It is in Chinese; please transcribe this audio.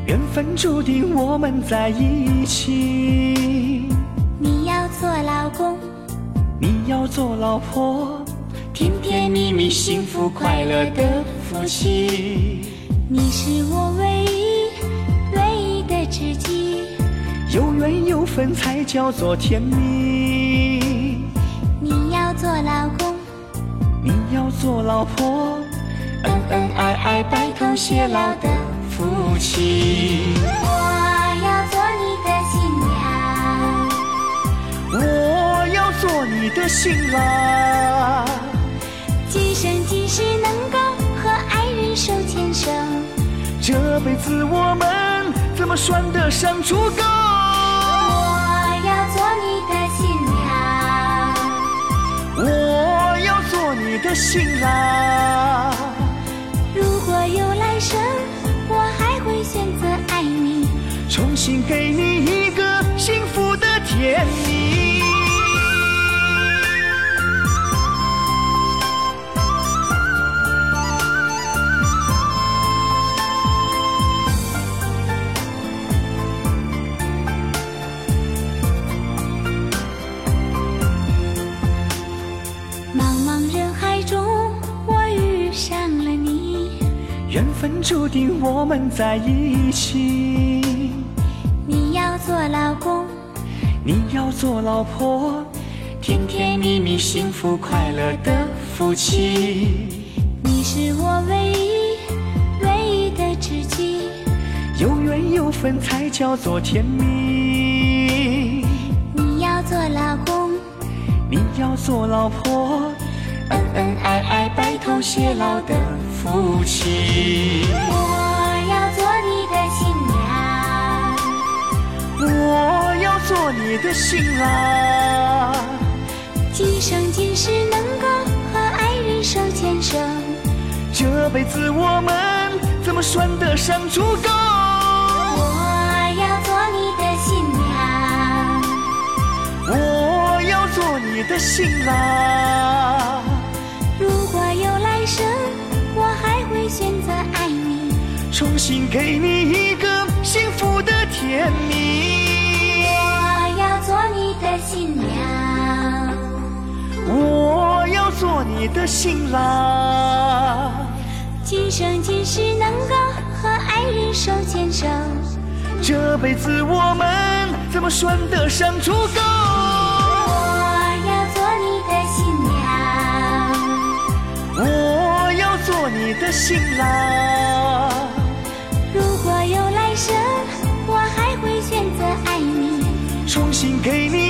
缘分注定我们在一起。 你要做老公， 你要做老婆，甜甜蜜蜜幸福快乐的夫妻。 你是我唯一的知己， 有缘有分才叫做甜蜜。 你要做老公， 你要做老婆，恩恩爱爱白头偕老的夫妻。 我要做你的新娘， 我要做你的新郎， 今生今世能够和爱人手牵手， 这辈子我们怎么算得上足够？ 我要做你的新娘， 我要做你的新郎。 如果有来生，我还会选择爱你， 重新给你一个幸福的甜蜜。 茫茫人海中，我遇上了你， 缘分注定我们在一起。 你要做老公， 你要做老婆，甜甜蜜蜜幸福快乐的夫妻。 你是我唯一的知己， 有缘有分才叫做甜蜜。 你要做老公， 你要做老婆，恩恩爱爱白头偕老的夫妻。 我要做你的新娘， 我要做你的新郎， 今生今世能够和爱人手牵手， 这辈子我们怎么算得上足够？ 我要做你的新娘， 我要做你的新郎。 如果有来生，我还会选择爱你， 重新给你一个幸福的甜蜜。 我要做你的新娘， 我要做你的新郎， 今生今世能够和爱人手牵手， 这辈子我们怎么算得上足够？ 我要做你的新娘， 我要做你的新郎。 如果有来生，我还会选择爱你， 重新给你